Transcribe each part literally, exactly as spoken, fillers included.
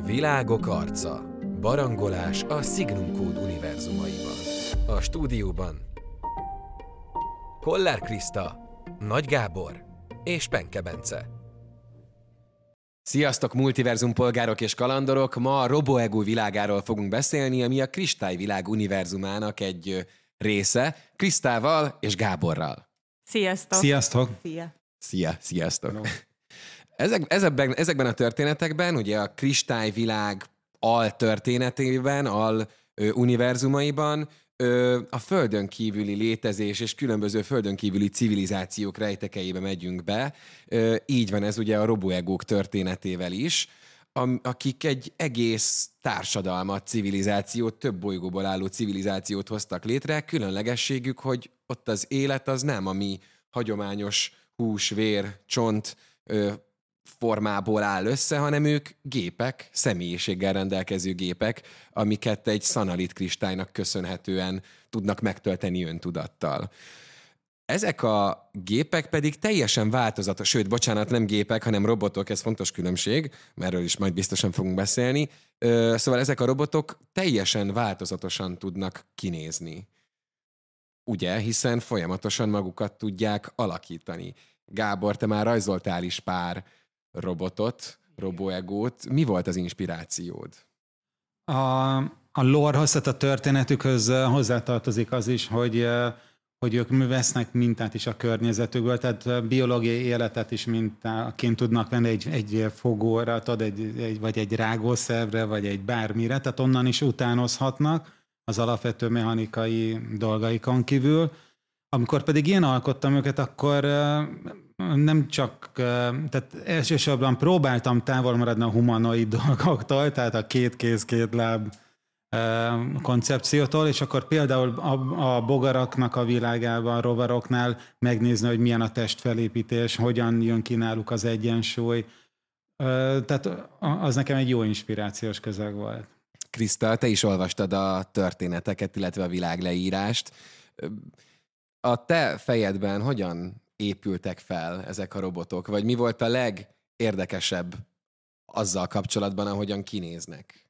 Világok arca. Barangolás a Signum Code univerzumaiban. A stúdióban Kollár Kriszta, Nagy Gábor és Penke Bence. Sziasztok, multiverzum polgárok és kalandorok! Ma a RoboEgo világáról fogunk beszélni, ami a Kristályvilág univerzumának egy része, Krisztával és Gáborral. Sziasztok! Sziasztok! Szia! Szia, sziasztok! No. Ezek, ezekben, ezekben a történetekben, ugye a Kristályvilág al történetében, al ö, univerzumaiban ö, a földön kívüli létezés és különböző földön kívüli civilizációk rejtekeibe megyünk be. Ö, így van ez ugye a RoboEgók történetével is, am, akik egy egész társadalmat, civilizációt, több bolygóból álló civilizációt hoztak létre. Különlegességük, hogy ott az élet az nem a mi hagyományos hús, vér, csont ö, formából áll össze, hanem ők gépek, személyiséggel rendelkező gépek, amiket egy szanalit kristálynak köszönhetően tudnak megtölteni öntudattal. Ezek a gépek pedig teljesen változatos, sőt, bocsánat, nem gépek, hanem robotok, ez fontos különbség, erről is majd biztosan fogunk beszélni. Szóval ezek a robotok teljesen változatosan tudnak kinézni. Ugye, hiszen folyamatosan magukat tudják alakítani. Gábor, te már rajzoltál is pár robotot, RoboEgót. Mi volt az inspirációd? A, a lorehoz, tehát a történetükhöz hozzátartozik az is, hogy, hogy ők vesznek mintát is a környezetükből, tehát biológiai életet is mintaként tudnak venni egy, egy fogóra, tudod, egy, egy, vagy egy rágószervre, vagy egy bármire, tehát onnan is utánozhatnak az alapvető mechanikai dolgaikon kívül. Amikor pedig én alkottam őket, akkor nem csak, tehát elsősorban próbáltam távol maradni a humanoid dolgoktól, tehát a két kéz, két láb koncepciótól, és akkor például a, a bogaraknak a világában, a rovaroknál megnézni, hogy milyen a testfelépítés, hogyan jön ki náluk az egyensúly. Tehát az nekem egy jó inspirációs közeg volt. Kriszta, te is olvastad a történeteket, illetve a világleírást. A te fejedben hogyan épültek fel ezek a robotok? Vagy mi volt a legérdekesebb azzal kapcsolatban, ahogyan kinéznek?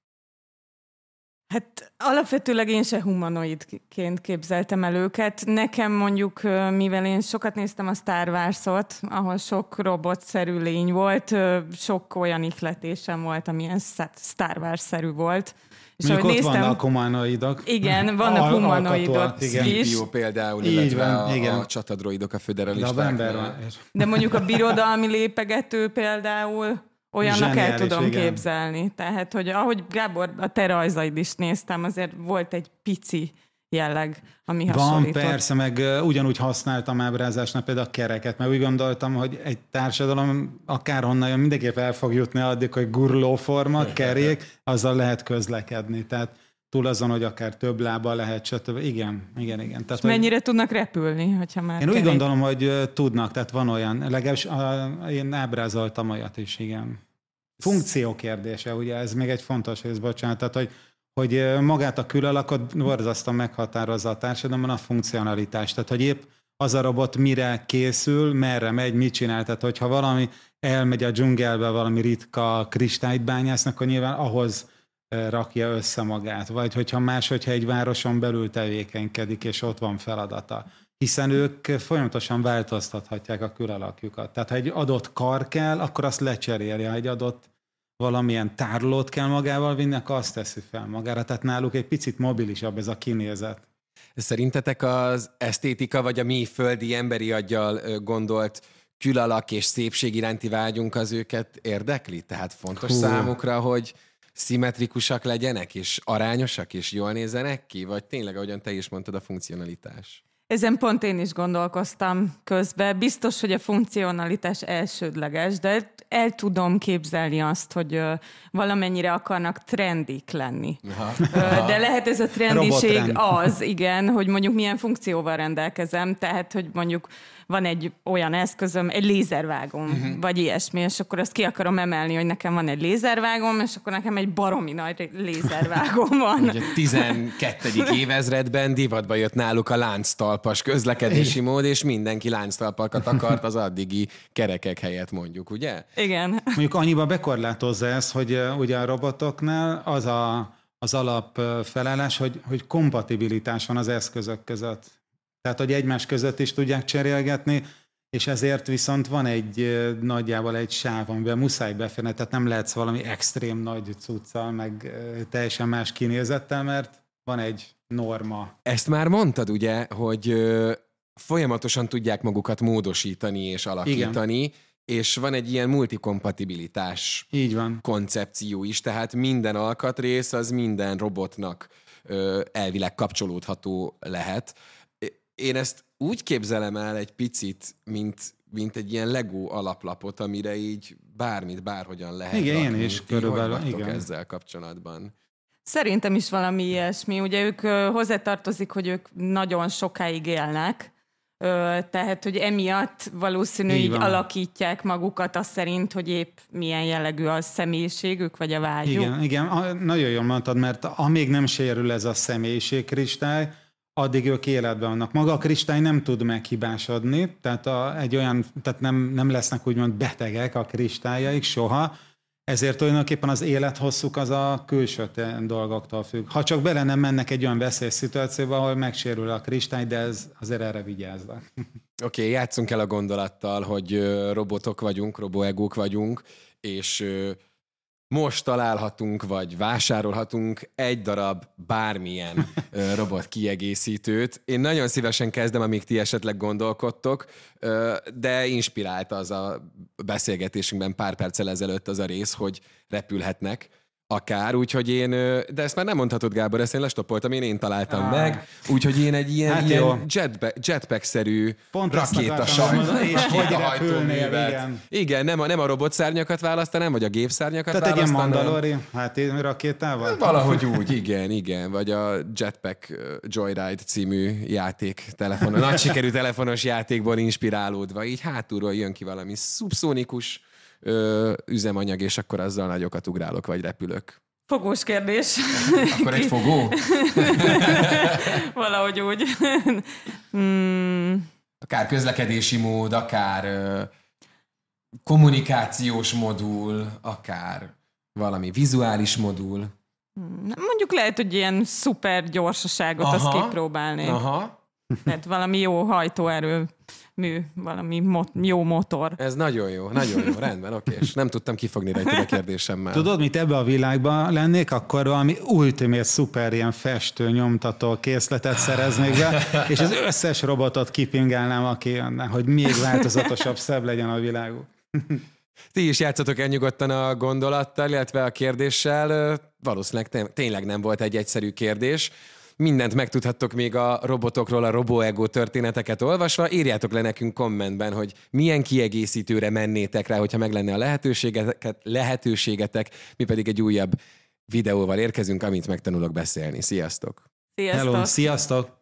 Hát alapvetőleg én se humanoidként képzeltem el őket. Nekem mondjuk, mivel én sokat néztem a Star Wars-ot, ahol sok robotszerű lény volt, sok olyan ihletésem volt, amilyen Star Wars-szerű volt. És mondjuk ott néztem, vannak humanoidok. Igen, vannak humanoidok is. Jó például, illetve van, a, igen. a csatadroidok a föderalistáknál. De mondjuk a birodalmi lépegető például olyannak zseniális, el tudom igen. képzelni. Tehát, hogy ahogy Gábor, a te rajzaid is néztem, azért volt egy pici jelleg, ami hasonlított. Van, persze, meg ugyanúgy használtam ábrázásnál például a kereket, mert úgy gondoltam, hogy egy társadalom akárhonnan jön, mindenképp el fog jutni addig, hogy gurlóforma, kerék, azzal lehet közlekedni. Tehát túl azon, hogy akár több lába lehet, stb. Igen, igen, igen. Tehát, és mennyire hogy... tudnak repülni, hogyha már Én kerék? Úgy gondolom, hogy tudnak, tehát van olyan, legalábbis én ábrázoltam olyat is, igen. Funkció kérdése, ugye ez még egy fontos rész, bocsánat, tehát, hogy hogy magát a külalakot borzasztóan meghatározza a társadalomban a funkcionalitás. Tehát, hogy épp az a robot mire készül, merre megy, mit csinál. Tehát, hogyha valami elmegy a dzsungelbe, valami ritka kristályt bányásznak, akkor nyilván ahhoz rakja össze magát. Vagy hogyha más, hogyha egy városon belül tevékenykedik, és ott van feladata. Hiszen ők folyamatosan változtathatják a külalakjukat. Tehát, ha egy adott kar kell, akkor azt lecseréli. Ha egy adott valamilyen tárolót kell magával vinni, akkor azt teszi fel magára. Tehát náluk egy picit mobilisabb ez a kinézet. Szerintetek az esztétika, vagy a mi földi emberi aggyal gondolt külalak és szépség iránti vágyunk az őket érdekli? Tehát fontos Hú. számukra, hogy szimmetrikusak legyenek, és arányosak, és jól nézzenek ki? Vagy tényleg, ahogyan te is mondtad, a funkcionalitás? Ezen pont én is gondolkoztam közben. Biztos, hogy a funkcionalitás elsődleges, de el tudom képzelni azt, hogy valamennyire akarnak trendik lenni. Aha. De lehet ez a trendiség az, igen, hogy mondjuk milyen funkcióval rendelkezem, tehát, hogy mondjuk van egy olyan eszközöm, egy lézervágom, uh-huh. vagy ilyesmi, és akkor azt ki akarom emelni, hogy nekem van egy lézervágom, és akkor nekem egy baromi nagy lézervágom van. Ugye a tizenkettedik évezredben divatba jött náluk a lánctalp lánctalpas közlekedési mód, és mindenki lánctalpakat akart az addigi kerekek helyett mondjuk, ugye? Igen. Mondjuk annyiba bekorlátozza ezt, hogy uh, ugye a robotoknál az a, az alap felállás, hogy, hogy kompatibilitás van az eszközök között. Tehát, hogy egymás között is tudják cserélgetni, és ezért viszont van egy uh, nagyjából egy sáv, amiben muszáj beférni, tehát nem lehetsz valami extrém nagy cuccal, meg uh, teljesen más kinézettel, mert van egy norma. Ezt már mondtad ugye, hogy ö, folyamatosan tudják magukat módosítani és alakítani, igen. És van egy ilyen multikompatibilitás Így van. koncepció is, tehát minden alkatrész az minden robotnak ö, elvileg kapcsolódható lehet. Én ezt úgy képzelem el egy picit, mint, mint egy ilyen Lego alaplapot, amire így bármit, bárhogyan lehet igen, rakni. Én is körülbelül. Igen. Ezzel kapcsolatban? Szerintem is valami ilyesmi. Ugye ők hozzátartozik, hogy ők nagyon sokáig élnek, tehát, hogy emiatt valószínű így, így alakítják magukat azt szerint, hogy épp milyen jellegű a személyiségük, vagy a vágyuk. Igen, igen, nagyon jól mondtad, mert amíg nem sérül ez a személyiségkristály, addig ők életben vannak. Maga a kristály nem tud meghibásodni, tehát, a, egy olyan, tehát nem, nem lesznek úgymond betegek a kristályaik soha, ezért tulajdonképpen az élethosszuk az a külső dolgoktól függ. Ha csak bele nem mennek egy olyan veszélyes szituációba, ahol megsérül a kristály, de ez azért erre vigyáznak. Oké, okay, játszunk el a gondolattal, hogy robotok vagyunk, roboegók vagyunk, és most találhatunk, vagy vásárolhatunk egy darab bármilyen robot kiegészítőt. Én nagyon szívesen kezdem, amíg ti esetleg gondolkodtok, de inspirált az a beszélgetésünkben pár perccel ezelőtt az a rész, hogy repülhetnek akár, úgyhogy én, de ezt már nem mondhatod, Gábor, ezt én lestopoltam, én én találtam ah. meg, úgyhogy én egy ilyen, hát ilyen jetpack, jetpack-szerű rakétasajt, és hogy repülnél, igen. Igen, nem a, nem a robotszárnyakat választanám, vagy a gépszárnyakat tehát választanám. Tehát egy ilyen Mandalori hát rakétával? Valahogy úgy, igen, igen, vagy a Jetpack Joyride című játék telefonon, nagy sikerű telefonos játékból inspirálódva, így hátulról jön ki valami szubszónikus Ö, üzemanyag, és akkor azzal nagyokat ugrálok, vagy repülök. Fogós kérdés. Akkor egy fogó? Valahogy úgy. hmm. Akár közlekedési mód, akár ö, kommunikációs modul, akár valami vizuális modul. Mondjuk lehet, hogy ilyen szuper gyorsaságot aha, azt kipróbálnék. Aha. Tehát valami jó hajtóerő. Mű, valami mo- jó motor. Ez nagyon jó, nagyon jó, rendben, oké. És nem tudtam kifogni rajta a kérdésemmel. Tudod, mit ebbe a világban lennék, akkor valami ultimate szuper ilyen festő, nyomtató készletet szereznék be, és az összes robotot kipingálnám, aki jönne, hogy még változatosabb, szebb legyen a világuk. Ti is játszatok el nyugodtan a gondolattal, illetve a kérdéssel. Valószínűleg tényleg nem volt egy egyszerű kérdés. Mindent megtudhattok még a robotokról, a RoboEgo történeteket olvasva. Írjátok le nekünk kommentben, hogy milyen kiegészítőre mennétek rá, hogyha meg lenne a lehetőségetek, lehetőségetek. Mi pedig egy újabb videóval érkezünk, amit megtanulok beszélni. Sziasztok! Sziasztok! Hello, sziasztok!